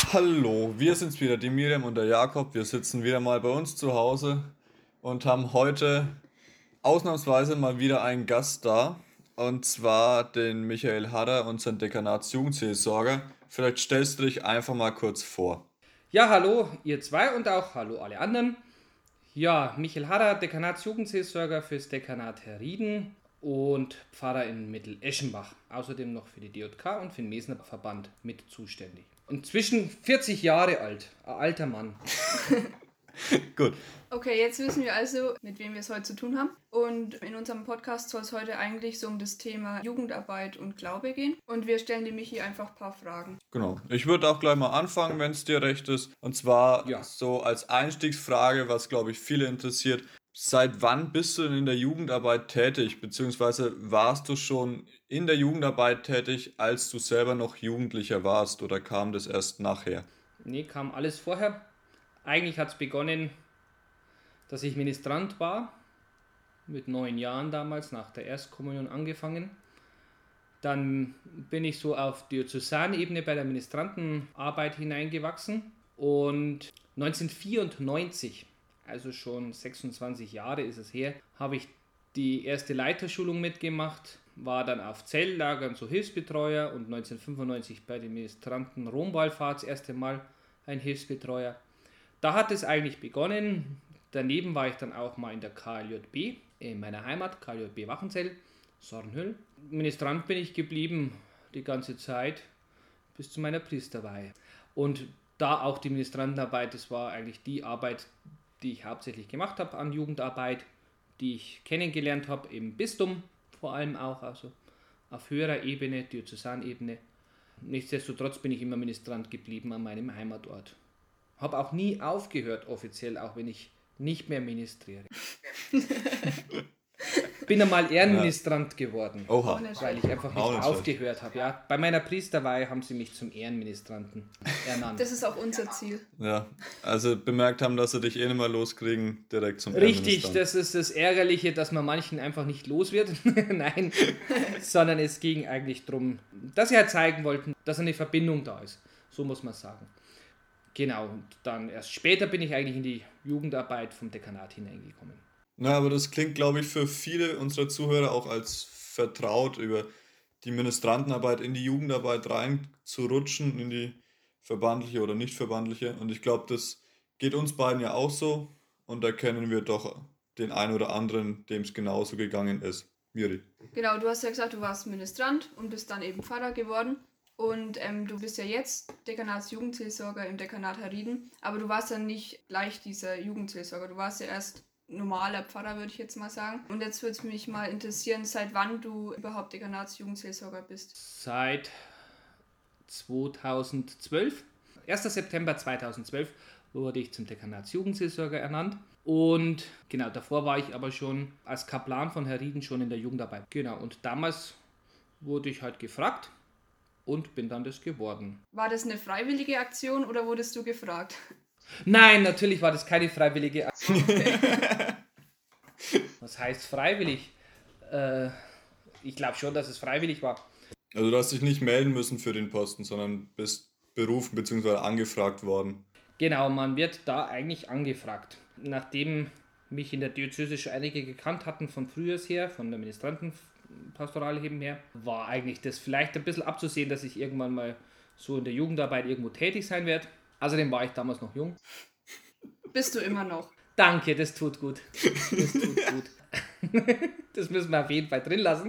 Hallo, wir sind's wieder, die Miriam und der Jakob. Wir sitzen wieder mal bei uns zu Hause und haben heute ausnahmsweise mal wieder einen Gast da. Und zwar den Michael Harrer, unseren Dekanatsjugendseelsorger. Vielleicht stellst du dich einfach mal kurz vor. Ja, hallo ihr zwei und auch hallo alle anderen. Ja, Michael Harrer, Dekanatsjugendseelsorger fürs Dekanat Herrieden und Pfarrer in Mitteleschenbach. Außerdem noch für die DJK und für den Mesner Verband mit zuständig. Inzwischen 40 Jahre alt, ein alter Mann. Gut, Okay, jetzt wissen wir also, mit wem wir es heute zu tun haben. Und in unserem Podcast soll es heute eigentlich so um das Thema Jugendarbeit und Glaube gehen. Und wir stellen dem Michi einfach ein paar Fragen. genau. Ich würde auch gleich mal anfangen, wenn es dir recht ist. Und zwar Ja. so als Einstiegsfrage, was glaube ich viele interessiert. Seit wann bist du denn in der Jugendarbeit tätig? Beziehungsweise warst du schon in der Jugendarbeit tätig, als du selber noch Jugendlicher warst? Oder kam das erst nachher? Nee, kam alles vorher. Eigentlich hat es begonnen, dass ich Ministrant war. Mit 9 Jahren damals, nach der Erstkommunion angefangen. Dann bin ich so auf Diözesanebene bei der Ministrantenarbeit hineingewachsen und 1994, also schon 26 Jahre ist es her, habe ich die erste Leiterschulung mitgemacht, war dann auf Zeltlagern so Hilfsbetreuer und 1995 bei den Ministranten Romwallfahrt das erste Mal ein Hilfsbetreuer. Da hat es eigentlich begonnen. Daneben war ich dann auch mal in der KLJB, in meiner Heimat, KLJB Wachenzell, Sornhüll. Ministrant bin ich geblieben die ganze Zeit bis zu meiner Priesterweihe. Und da auch die Ministrantenarbeit, das war eigentlich die Arbeit, die ich hauptsächlich gemacht habe an Jugendarbeit, die ich kennengelernt habe im Bistum vor allem auch, also auf höherer Ebene, Diözesanebene. Nichtsdestotrotz bin ich immer Ministrant geblieben an meinem Heimatort. Habe auch nie aufgehört offiziell, auch wenn ich nicht mehr ministriere. Bin einmal Ehrenministrant geworden, Oha. Auch nicht weil ich einfach nicht Auch nicht aufgehört habe. Ja. Bei meiner Priesterweihe haben sie mich zum Ehrenministranten ernannt. Das ist auch unser Ziel. Ja, also bemerkt haben, dass sie dich eh nicht mehr loskriegen, direkt zum Richtig, Ehrenminister. das ist das Ärgerliche, dass man manchen einfach nicht los wird. Nein, sondern es ging eigentlich darum, dass sie halt zeigen wollten, dass eine Verbindung da ist. So muss man sagen. Genau, und dann erst später bin ich eigentlich in die Jugendarbeit vom Dekanat hineingekommen. Na, aber das klingt, glaube ich, für viele unserer Zuhörer auch als vertraut, über die Ministrantenarbeit in die Jugendarbeit reinzurutschen, in die verbandliche oder nicht verbandliche. Und ich glaube, das geht uns beiden ja auch so. Und da kennen wir doch den einen oder anderen, dem es genauso gegangen ist. Miri. Genau, du hast ja gesagt, du warst Ministrant und bist dann eben Pfarrer geworden. Und du bist ja jetzt Dekanatsjugendseelsorger im Dekanat Herrieden. Aber du warst dann nicht gleich dieser Jugendseelsorger. Du warst ja erst normaler Pfarrer, würde ich jetzt mal sagen. Und jetzt würde es mich mal interessieren, seit wann du überhaupt Dekanatsjugendseelsorger bist. Seit 2012, 1. September 2012, wurde ich zum Dekanatsjugendseelsorger ernannt. Und genau, davor war ich aber schon als Kaplan von Herrieden schon in der Jugendarbeit. Genau, und damals wurde ich halt gefragt und bin dann das geworden. War das eine freiwillige Aktion oder wurdest du gefragt? Nein, natürlich war das keine freiwillige Aktion. Was heißt freiwillig? Ich glaube schon, dass es freiwillig war. Also du hast dich nicht melden müssen für den Posten, sondern bist berufen bzw. angefragt worden. Genau, man wird da eigentlich angefragt. Nachdem mich in der Diözese schon einige gekannt hatten von frühers her, von der Ministrantenpastoral eben her, war eigentlich das vielleicht ein bisschen abzusehen, dass ich irgendwann mal so in der Jugendarbeit irgendwo tätig sein werde. Außerdem war ich damals noch jung. Bist du immer noch? Danke, das tut gut. Das tut gut. Das müssen wir auf jeden Fall drin lassen.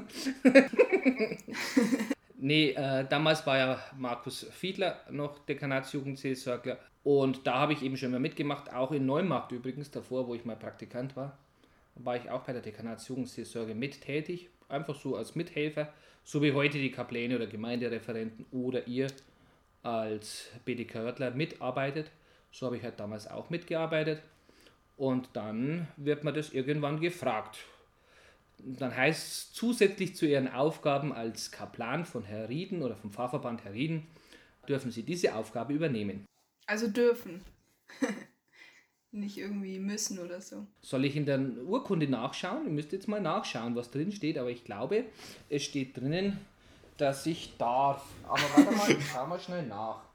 Nee, damals war ja Markus Fiedler noch Dekanatsjugendseelsorger und da habe ich eben schon mal mitgemacht, auch in Neumarkt übrigens, davor, wo ich mal Praktikant war ich auch bei der Dekanatsjugendseelsorge mit tätig, einfach so als Mithelfer, so wie heute die Kapläne oder Gemeindereferenten oder ihr als BDK-Hörtler mitarbeitet. So habe ich halt damals auch mitgearbeitet und dann wird man das irgendwann gefragt. Dann heißt es zusätzlich zu ihren Aufgaben als Kaplan von Herrieden oder vom Pfarrverband Herrieden, dürfen sie diese Aufgabe übernehmen. Also dürfen. Nicht irgendwie müssen oder so. Soll ich in der Urkunde nachschauen? Ihr müsst jetzt mal nachschauen, was drin steht, aber ich glaube, es steht drinnen, dass ich darf. Aber warte mal, ich schau mal schnell nach.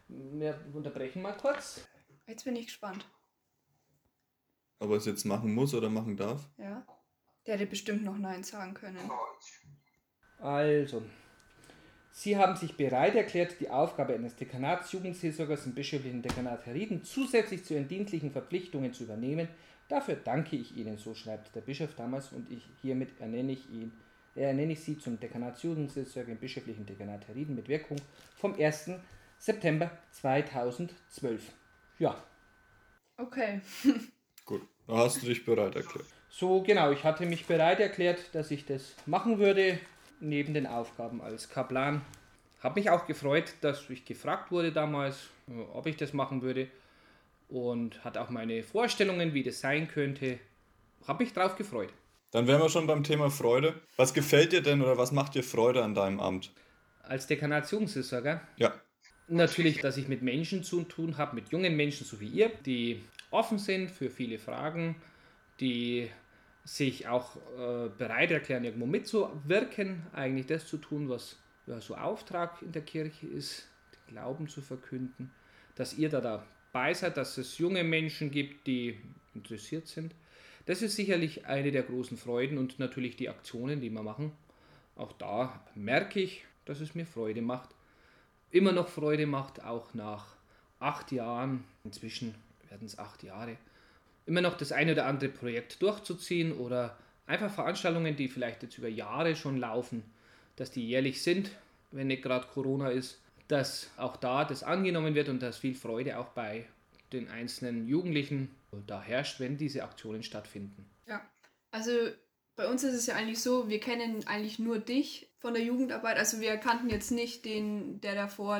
Wir unterbrechen mal kurz. Jetzt bin ich gespannt. Ob er es jetzt machen muss oder machen darf? Ja. Der hätte bestimmt noch Nein sagen können. Also, Sie haben sich bereit erklärt, die Aufgabe eines Dekanatsjugendseelsorgers im bischöflichen Dekanat Herrieden zusätzlich zu Ihren dienstlichen Verpflichtungen zu übernehmen. Dafür danke ich Ihnen, so schreibt der Bischof damals, und hiermit ernenne ich Sie zum Dekanatsjugendseelsorger im bischöflichen Dekanat Herrieden mit Wirkung vom 1. September 2012. Ja. Okay. Gut, da hast du dich bereit erklärt. So, genau, ich hatte mich bereit erklärt, dass ich das machen würde, neben den Aufgaben als Kaplan. Habe mich auch gefreut, dass ich gefragt wurde damals, ob ich das machen würde, und hatte auch meine Vorstellungen, wie das sein könnte. Habe mich drauf gefreut. Dann wären wir schon beim Thema Freude. Was gefällt dir denn oder was macht dir Freude an deinem Amt? Als Dekanatsjugendseelsorger? Ja. Natürlich, dass ich mit Menschen zu tun habe, mit jungen Menschen, so wie ihr, die offen sind für viele Fragen, die sich auch bereit erklären, irgendwo mitzuwirken, eigentlich das zu tun, was ja, so Auftrag in der Kirche ist, den Glauben zu verkünden, dass ihr da dabei seid, dass es junge Menschen gibt, die interessiert sind. Das ist sicherlich eine der großen Freuden, und natürlich die Aktionen, die wir machen. Auch da merke ich, dass es mir Freude macht. Immer noch Freude macht, auch nach 8 Jahren, inzwischen werden es 8 Jahre, immer noch das eine oder andere Projekt durchzuziehen oder einfach Veranstaltungen, die vielleicht jetzt über Jahre schon laufen, dass die jährlich sind, wenn nicht gerade Corona ist, dass auch da das angenommen wird und dass viel Freude auch bei den einzelnen Jugendlichen da herrscht, wenn diese Aktionen stattfinden. Ja, also bei uns ist es ja eigentlich so, wir kennen eigentlich nur dich von der Jugendarbeit. Also wir kannten jetzt nicht den, der davor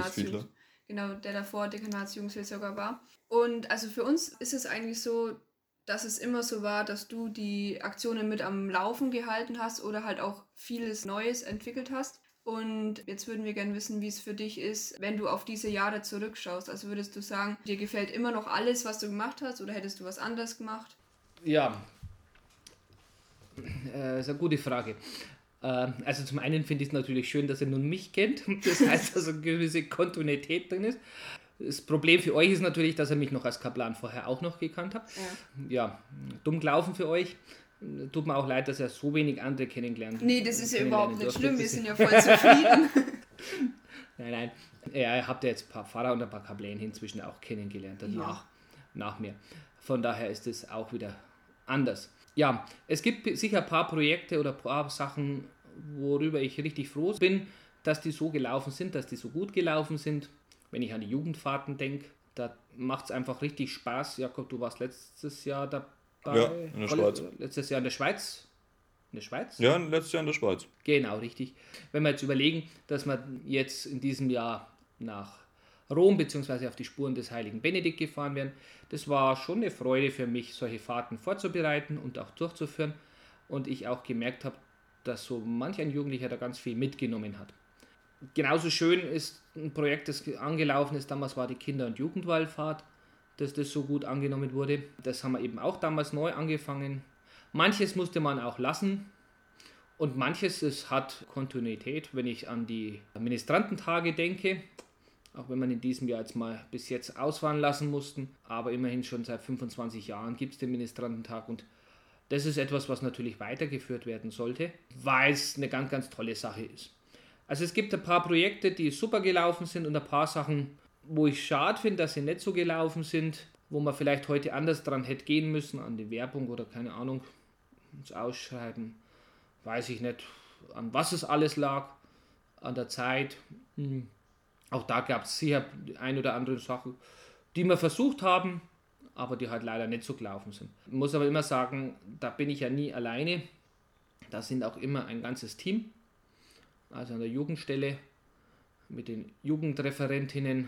Dekanatsjugendseelsorger war. Und also für uns ist es eigentlich so, dass es immer so war, dass du die Aktionen mit am Laufen gehalten hast oder halt auch vieles Neues entwickelt hast. Und jetzt würden wir gerne wissen, wie es für dich ist, wenn du auf diese Jahre zurückschaust. Also würdest du sagen, dir gefällt immer noch alles, was du gemacht hast, oder hättest du was anderes gemacht? Ja, ist eine gute Frage. Also zum einen finde ich es natürlich schön, dass ihr nun mich kennt. Das heißt, dass eine gewisse Kontinuität drin ist. Das Problem für euch ist natürlich, dass ihr mich noch als Kaplan vorher auch noch gekannt habt. Ja, dumm gelaufen für euch. Tut mir auch leid, dass ihr so wenig andere kennengelernt habt. Nee, das ist ja überhaupt nicht schlimm. Wir sind ja voll zufrieden. Nein. Ja, ihr habt ja jetzt ein paar Pfarrer und ein paar Kapläne inzwischen auch kennengelernt. Nach mir. Von daher ist es auch wieder anders. Ja, es gibt sicher ein paar Projekte oder ein paar Sachen, worüber ich richtig froh bin, dass die so gelaufen sind, dass die so gut gelaufen sind. Wenn ich an die Jugendfahrten denke, da macht es einfach richtig Spaß. Jakob, du warst letztes Jahr dabei. Ja, in der Schweiz. Letztes Jahr in der Schweiz. In der Schweiz? Ja, letztes Jahr in der Schweiz. Genau, richtig. Wenn wir jetzt überlegen, dass wir jetzt in diesem Jahr nach Rom bzw. auf die Spuren des heiligen Benedikt gefahren werden, das war schon eine Freude für mich, solche Fahrten vorzubereiten und auch durchzuführen. Und ich auch gemerkt habe, dass so manch ein Jugendlicher da ganz viel mitgenommen hat. Genauso schön ist ein Projekt, das angelaufen ist, damals war die Kinder- und Jugendwallfahrt, dass das so gut angenommen wurde. Das haben wir eben auch damals neu angefangen. Manches musste man auch lassen und manches es hat Kontinuität, wenn ich an die Ministrantentage denke, auch wenn man in diesem Jahr jetzt mal bis jetzt ausfahren lassen mussten, aber immerhin schon seit 25 Jahren gibt es den Ministrantentag, und das ist etwas, was natürlich weitergeführt werden sollte, weil es eine ganz, ganz tolle Sache ist. Also es gibt ein paar Projekte, die super gelaufen sind, und ein paar Sachen, wo ich schade finde, dass sie nicht so gelaufen sind, wo man vielleicht heute anders dran hätte gehen müssen, an die Werbung oder keine Ahnung, ins Ausschreiben, weiß ich nicht, an was es alles lag, an der Zeit. Auch da gab es sicher die ein oder andere Sachen, die wir versucht haben, aber die halt leider nicht so gelaufen sind. Ich muss aber immer sagen, da bin ich ja nie alleine, da sind auch immer ein ganzes Team, also an der Jugendstelle mit den Jugendreferentinnen,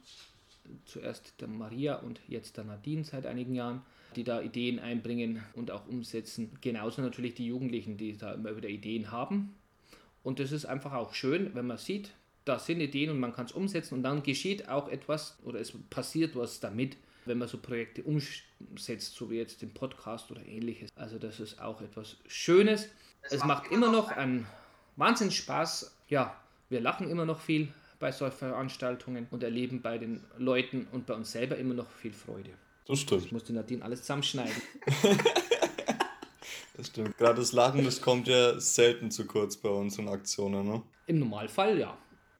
zuerst der Maria und jetzt der Nadine seit einigen Jahren, die da Ideen einbringen und auch umsetzen. Genauso natürlich die Jugendlichen, die da immer wieder Ideen haben. Und das ist einfach auch schön, wenn man sieht, da sind Ideen und man kann es umsetzen, und dann geschieht auch etwas oder es passiert was damit, wenn man so Projekte umsetzt, so wie jetzt den Podcast oder ähnliches. Also das ist auch etwas Schönes. Es macht immer noch einen Wahnsinns Spaß. Ja, wir lachen immer noch viel bei solchen Veranstaltungen und erleben bei den Leuten und bei uns selber immer noch viel Freude. Das stimmt. Ich muss die Nadine alles zusammenschneiden. Das stimmt. Gerade das Lachen, das kommt ja selten zu kurz bei uns in Aktionen, ne? Im Normalfall ja.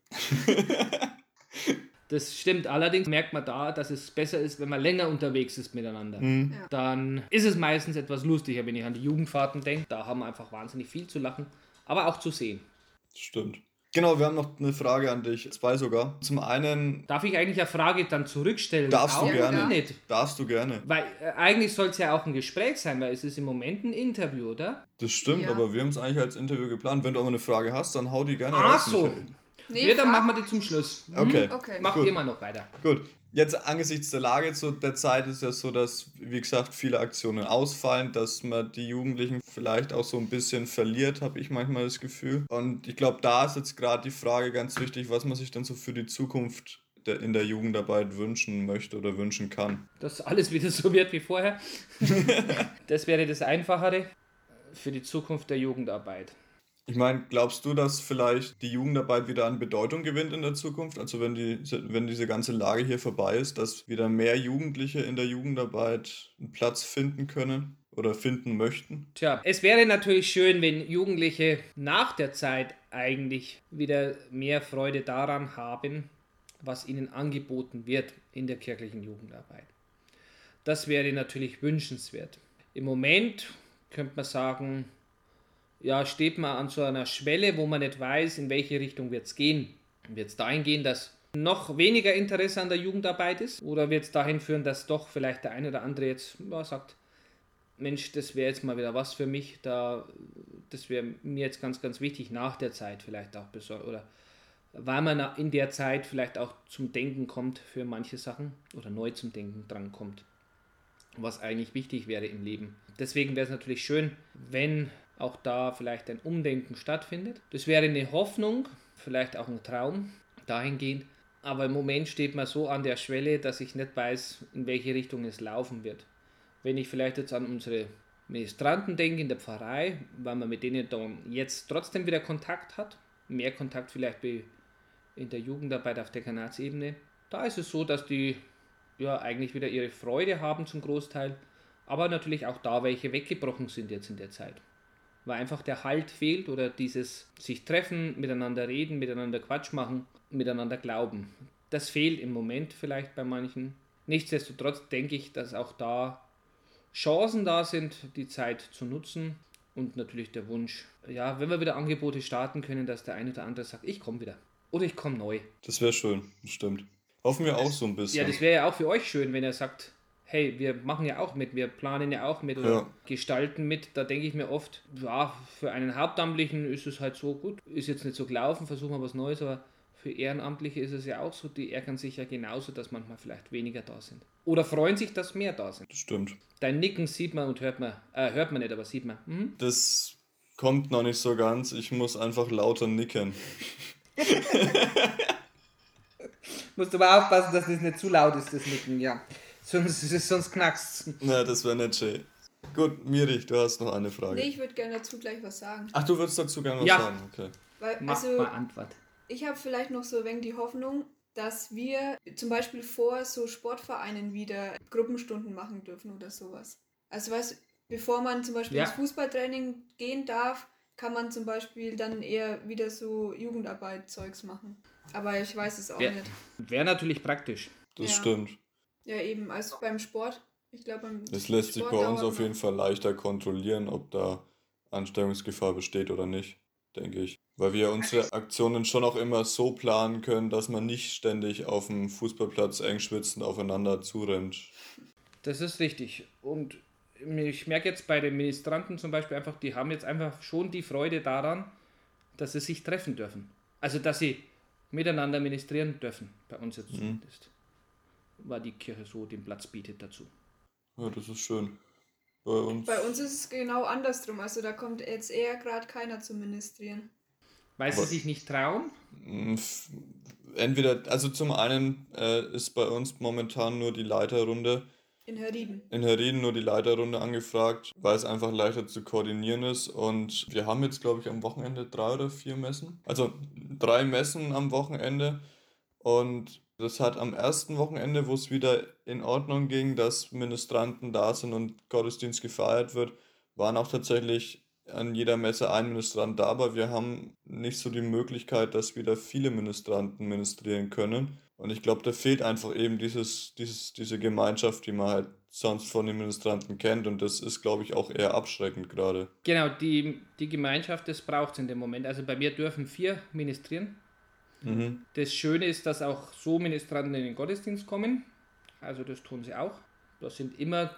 Das stimmt, allerdings merkt man da, dass es besser ist, wenn man länger unterwegs ist miteinander. Ja. Dann ist es meistens etwas lustiger, wenn ich an die Jugendfahrten denke. Da haben wir einfach wahnsinnig viel zu lachen, aber auch zu sehen. Das stimmt. Genau, wir haben noch eine Frage an dich. 2 sogar. Zum einen, Darf ich eigentlich eine Frage dann zurückstellen? darfst du Auch gerne. oder nicht? Darfst du gerne. Weil eigentlich soll es ja auch ein Gespräch sein, weil es ist im Moment ein Interview, oder? Das stimmt, Ja. aber wir haben es eigentlich als Interview geplant. Wenn du aber eine Frage hast, dann hau die gerne Ach raus, so. Michael. Nee, Ja, dann frag- machen wir die zum Schluss. Okay. Okay. Mach Gut. ihr mal noch weiter. Gut, jetzt angesichts der Lage zu der Zeit ist ja so, dass, wie gesagt, viele Aktionen ausfallen, dass man die Jugendlichen vielleicht auch so ein bisschen verliert, habe ich manchmal das Gefühl. Und ich glaube, da ist jetzt gerade die Frage ganz wichtig, was man sich dann so für die Zukunft in der Jugendarbeit wünschen möchte oder wünschen kann. Dass alles wieder so wird wie vorher. Das wäre das Einfachere für die Zukunft der Jugendarbeit. Ich meine, glaubst du, dass vielleicht die Jugendarbeit wieder an Bedeutung gewinnt in der Zukunft? Also wenn diese ganze Lage hier vorbei ist, dass wieder mehr Jugendliche in der Jugendarbeit einen Platz finden können oder finden möchten? Tja, es wäre natürlich schön, wenn Jugendliche nach der Zeit eigentlich wieder mehr Freude daran haben, was ihnen angeboten wird in der kirchlichen Jugendarbeit. Das wäre natürlich wünschenswert. Im Moment könnte man sagen, ja, steht man an so einer Schwelle, wo man nicht weiß, in welche Richtung wird es gehen. Wird es dahin gehen, dass noch weniger Interesse an der Jugendarbeit ist? Oder wird es dahin führen, dass doch vielleicht der eine oder andere jetzt sagt, Mensch, das wäre jetzt mal wieder was für mich, das wäre mir jetzt ganz, ganz wichtig, nach der Zeit vielleicht auch besonders, oder weil man in der Zeit vielleicht auch zum Denken kommt für manche Sachen oder neu zum Denken dran kommt, was eigentlich wichtig wäre im Leben. Deswegen wäre es natürlich schön, wenn auch da vielleicht ein Umdenken stattfindet. Das wäre eine Hoffnung, vielleicht auch ein Traum dahingehend, aber im Moment steht man so an der Schwelle, dass ich nicht weiß, in welche Richtung es laufen wird. Wenn ich vielleicht jetzt an unsere Ministranten denke in der Pfarrei, weil man mit denen dann jetzt trotzdem wieder Kontakt hat, mehr Kontakt vielleicht wie in der Jugendarbeit auf Dekanatsebene, da ist es so, dass die ja eigentlich wieder ihre Freude haben zum Großteil, aber natürlich auch da welche weggebrochen sind jetzt in der Zeit. Weil einfach der Halt fehlt oder dieses sich treffen, miteinander reden, miteinander Quatsch machen, miteinander glauben. Das fehlt im Moment vielleicht bei manchen. Nichtsdestotrotz denke ich, dass auch da Chancen da sind, die Zeit zu nutzen und natürlich der Wunsch, ja, wenn wir wieder Angebote starten können, dass der eine oder andere sagt, ich komme wieder oder ich komme neu. Das wäre schön, das stimmt. Hoffen wir auch so ein bisschen. Ja, das wäre ja auch für euch schön, wenn er sagt, hey, wir machen ja auch mit, wir planen ja auch mit oder Ja. gestalten mit. Da denke ich mir oft, ja, für einen Hauptamtlichen ist es halt so gut, ist jetzt nicht so gelaufen, versuchen wir was Neues, aber für Ehrenamtliche ist es ja auch so, die ärgern sich ja genauso, dass manchmal vielleicht weniger da sind. Oder freuen sich, dass mehr da sind. Das stimmt. Dein Nicken sieht man und hört man nicht, aber sieht man. Mhm. Das kommt noch nicht so ganz. Ich muss einfach lauter nicken. Musst aber aufpassen, dass das nicht zu laut ist, das Nicken, ja. Sonst knackst es. Na, das wäre nicht schön. Gut, Miri, du hast noch eine Frage. Nee, ich würde gerne dazu gleich was sagen. Ach, du würdest dazu gerne was Ja. sagen, okay. Weil, Mach also, mal Antwort. ich habe vielleicht noch so ein wenig die Hoffnung, dass wir zum Beispiel vor so Sportvereinen wieder Gruppenstunden machen dürfen oder sowas. Also weißt du, bevor man zum Beispiel Ja. ins Fußballtraining gehen darf, kann man zum Beispiel dann eher wieder so Jugendarbeit-Zeugs machen. Aber ich weiß es auch nicht. Wäre natürlich praktisch. Das Ja. stimmt. Ja, eben, also beim Sport. Ich glaube, beim Das lässt sich Sport bei uns dauert auf jeden noch. Fall leichter kontrollieren, ob da Ansteckungsgefahr besteht oder nicht, denke ich. Weil wir unsere Aktionen schon auch immer so planen können, dass man nicht ständig auf dem Fußballplatz eng schwitzend aufeinander zurennt. Das ist richtig. Und ich merke jetzt bei den Ministranten zum Beispiel einfach, die haben jetzt einfach schon die Freude daran, dass sie sich treffen dürfen. Also, dass sie miteinander ministrieren dürfen, bei uns jetzt zumindest. Weil die Kirche so den Platz bietet dazu. Ja, das ist schön. Bei uns ist es genau andersrum. Also da kommt jetzt eher gerade keiner zum Ministrieren. Weil sie Aber- sich nicht trauen. entweder, also zum einen ist bei uns momentan nur die Leiterrunde In Herrieden. In Herrieden nur die Leiterrunde angefragt, weil es einfach leichter zu koordinieren ist. Und wir haben jetzt, glaube ich, am Wochenende 3 oder 4 Messen. Also 3 Messen am Wochenende. Und das hat am ersten Wochenende, wo es wieder in Ordnung ging, dass Ministranten da sind und Gottesdienst gefeiert wird, waren auch tatsächlich an jeder Messe ein Ministrant da, aber wir haben nicht so die Möglichkeit, dass wieder viele Ministranten ministrieren können. Und ich glaube, da fehlt einfach eben diese Gemeinschaft, die man halt sonst von den Ministranten kennt. Und das ist, glaube ich, auch eher abschreckend gerade. Genau, die Gemeinschaft, das braucht es in dem Moment. Also bei mir dürfen 4 ministrieren. Mhm. Das Schöne ist, dass auch so Ministranten in den Gottesdienst kommen. Also das tun sie auch. Da sind immer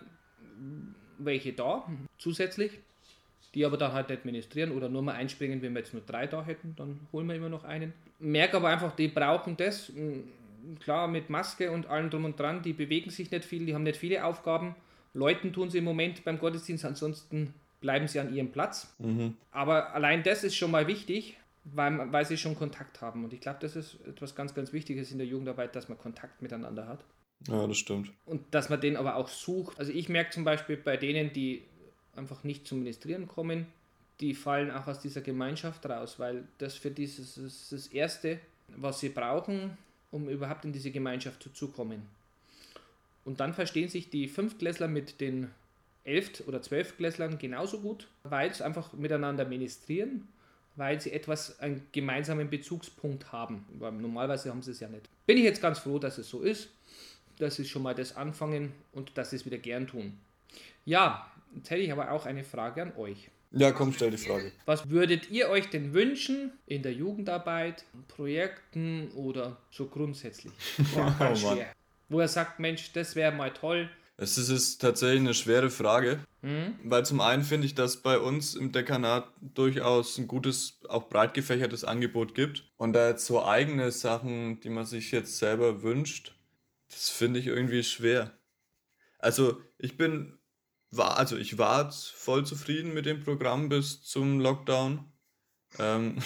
welche da, zusätzlich, die aber dann halt nicht ministrieren oder nur mal einspringen, wenn wir jetzt nur 3 da hätten, dann holen wir immer noch einen. Merke aber einfach, die brauchen das. Klar, mit Maske und allem drum und dran, die bewegen sich nicht viel, die haben nicht viele Aufgaben. Läuten tun sie im Moment beim Gottesdienst, ansonsten bleiben sie an ihrem Platz. Mhm. Aber allein das ist schon mal wichtig, weil sie schon Kontakt haben. Und ich glaube, das ist etwas ganz, ganz Wichtiges in der Jugendarbeit, dass man Kontakt miteinander hat. Ja, das stimmt. Und dass man den aber auch sucht. Also ich merke zum Beispiel bei denen, die einfach nicht zum Ministrieren kommen, die fallen auch aus dieser Gemeinschaft raus, weil das für dieses ist das Erste, was sie brauchen, um überhaupt in diese Gemeinschaft dazukommen. Und dann verstehen sich die Fünftklässler mit den 11- oder 12-Klässlern genauso gut, weil sie einfach miteinander ministrieren, weil sie einen gemeinsamen Bezugspunkt haben. Weil normalerweise haben sie es ja nicht. Bin ich jetzt ganz froh, dass es so ist, dass sie schon mal das anfangen und dass sie es wieder gern tun. Ja, jetzt hätte ich aber auch eine Frage an euch. Ja, komm, stell die Frage. Was würdet ihr euch denn wünschen in der Jugendarbeit, Projekten oder so grundsätzlich? Boah, ganz Oh Mann. schwer. Wo er sagt, Mensch, das wäre mal toll. Es ist tatsächlich eine schwere Frage, weil zum einen finde ich, dass bei uns im Dekanat durchaus ein gutes, auch breit gefächertes Angebot gibt. Und da jetzt so eigene Sachen, die man sich jetzt selber wünscht, das finde ich irgendwie schwer. Also ich war voll zufrieden mit dem Programm bis zum Lockdown. Ähm,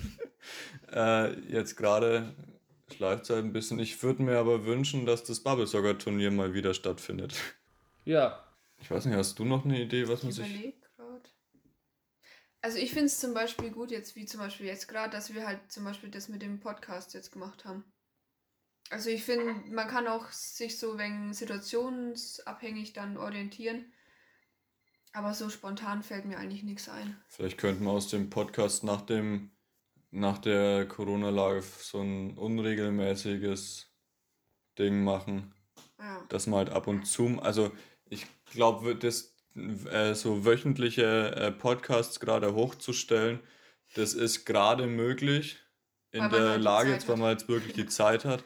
jetzt gerade schleift es halt ein bisschen. Ich würde mir aber wünschen, dass das Bubble-Soccer-Turnier mal wieder stattfindet. Ja, Ich weiß nicht, hast du noch eine Idee, was Ich man sich... überlege gerade. Also ich finde es zum Beispiel gut, jetzt wie zum Beispiel jetzt gerade, dass wir halt zum Beispiel das mit dem Podcast jetzt gemacht haben. Also ich finde, man kann auch sich so wegen situationsabhängig dann orientieren. Aber so spontan fällt mir eigentlich nichts ein. Vielleicht könnten wir aus dem Podcast nach der Corona-Lage so ein unregelmäßiges Ding machen, Ja. dass man halt ab und zu, also ich glaube, das so wöchentliche Podcasts gerade hochzustellen, das ist gerade möglich in Weil man der halt die Lage, Zeit jetzt weil hat. man jetzt wirklich die Zeit hat.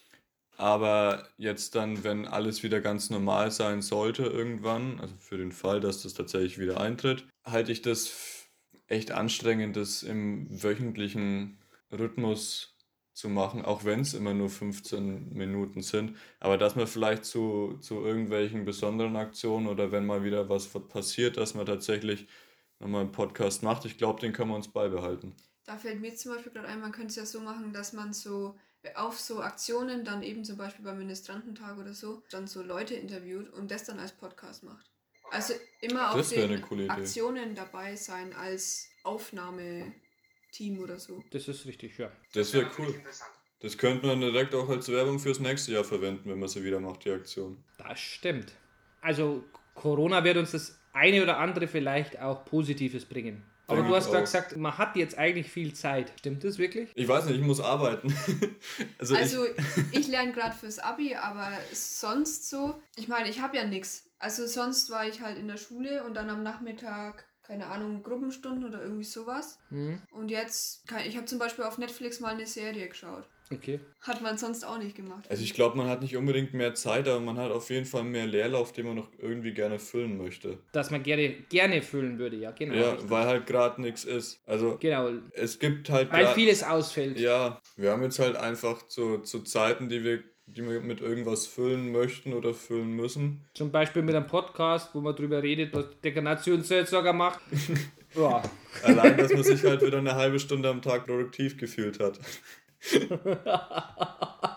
Aber jetzt dann, wenn alles wieder ganz normal sein sollte irgendwann, also für den Fall, dass das tatsächlich wieder eintritt, halte ich das echt anstrengend, das im wöchentlichen Rhythmus zu machen, auch wenn es immer nur 15 Minuten sind. Aber dass man vielleicht zu irgendwelchen besonderen Aktionen oder wenn mal wieder was passiert, dass man tatsächlich nochmal einen Podcast macht, ich glaube, den können wir uns beibehalten. Da fällt mir zum Beispiel gerade ein, man könnte es ja so machen, dass man so auf so Aktionen dann eben zum Beispiel beim Ministrantentag oder so, dann so Leute interviewt und das dann als Podcast macht. Also immer auf Das wäre eine den coole Idee. Aktionen dabei sein als Aufnahmeteam oder so. das ist richtig, ja. Das wäre cool. Das könnte man direkt auch als Werbung fürs nächste Jahr verwenden, wenn man sie wieder macht, die Aktion. Das stimmt. Also Corona wird uns das eine oder andere vielleicht auch Positives bringen. Aber Denke du ich hast gerade auch. gesagt, man hat jetzt eigentlich viel Zeit. Stimmt das wirklich? Ich weiß nicht, ich muss arbeiten. Also ich lerne gerade fürs Abi, aber sonst so, ich meine, ich habe ja nichts. Also sonst war ich halt in der Schule und dann am Nachmittag, keine Ahnung, Gruppenstunden oder irgendwie sowas. Und jetzt, ich habe zum Beispiel auf Netflix mal eine Serie geschaut. Okay. Hat man sonst auch nicht gemacht. Also ich glaube, man hat nicht unbedingt mehr Zeit, aber man hat auf jeden Fall mehr Leerlauf, den man noch irgendwie gerne füllen möchte. Dass man gerne füllen würde, ja, genau. Ja, richtig. weil halt gerade nichts ist. Also Genau, es gibt halt weil grad- vieles ausfällt. Ja, wir haben jetzt halt einfach zu Zeiten, die wir mit irgendwas füllen möchten oder füllen müssen. Zum Beispiel mit einem Podcast, wo man drüber redet, was der Nationsseelsorger macht. Ja, Allein, dass man sich halt wieder eine halbe Stunde am Tag produktiv gefühlt hat.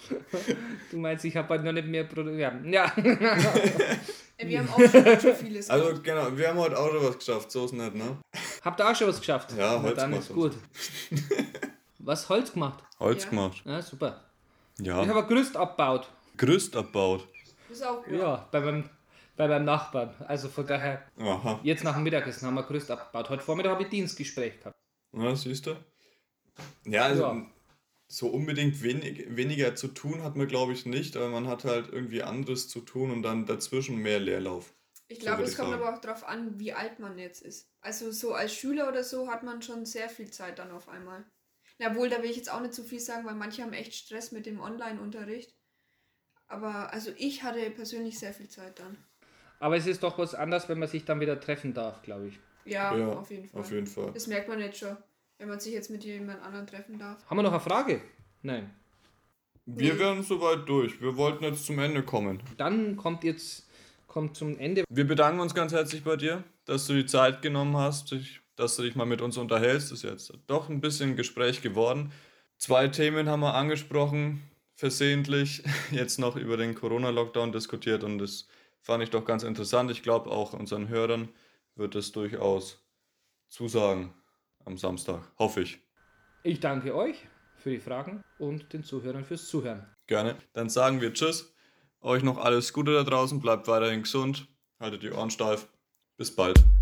Du meinst, ich habe halt noch nicht mehr Ja. Wir haben auch schon vieles Also gemacht. genau, wir haben heute auch schon was geschafft, so ist nicht, ne? Habt ihr auch schon was geschafft? Ja, Na, Holz dann gemacht ist gut. Was, Holz gemacht? Holz Ja. gemacht. Ja, super. Ja. Ich habe ein Gerüst abgebaut. Gerüst abbaut. Das ist auch gut. Ja, bei meinem Nachbarn. Also von daher, Aha. jetzt nach dem Mittagessen haben wir ein Gerüst abgebaut. Heute Vormittag habe ich Dienstgespräch gehabt. Na, siehst du? Ja, also Ja. so unbedingt weniger zu tun hat man, glaube ich, nicht, aber man hat halt irgendwie anderes zu tun und dann dazwischen mehr Leerlauf. Ich So glaube, würd es ich kommt sagen. aber auch darauf an, wie alt man jetzt ist. Also so als Schüler oder so hat man schon sehr viel Zeit dann auf einmal. Na wohl, da will ich jetzt auch nicht zu viel sagen, weil manche haben echt Stress mit dem Online-Unterricht. Aber also ich hatte persönlich sehr viel Zeit dann. Aber es ist doch was anderes, wenn man sich dann wieder treffen darf, glaube ich. Ja, Ja, auf jeden Fall. auf jeden Fall. Das merkt man jetzt schon, wenn man sich jetzt mit jemand anderem treffen darf. Haben wir noch eine Frage? Nein. Wir wären soweit durch. Wir wollten jetzt zum Ende kommen. Dann kommt zum Ende. Wir bedanken uns ganz herzlich bei dir, dass du die Zeit genommen hast, dass du dich mal mit uns unterhältst. Das ist jetzt doch ein bisschen ein Gespräch geworden. 2 Themen haben wir angesprochen, versehentlich. Jetzt noch über den Corona-Lockdown diskutiert und das fand ich doch ganz interessant. Ich glaube, auch unseren Hörern wird es durchaus zusagen am Samstag. Hoffe ich. Ich danke euch für die Fragen und den Zuhörern fürs Zuhören. Gerne. Dann sagen wir Tschüss. Euch noch alles Gute da draußen. Bleibt weiterhin gesund. Haltet die Ohren steif. Bis bald.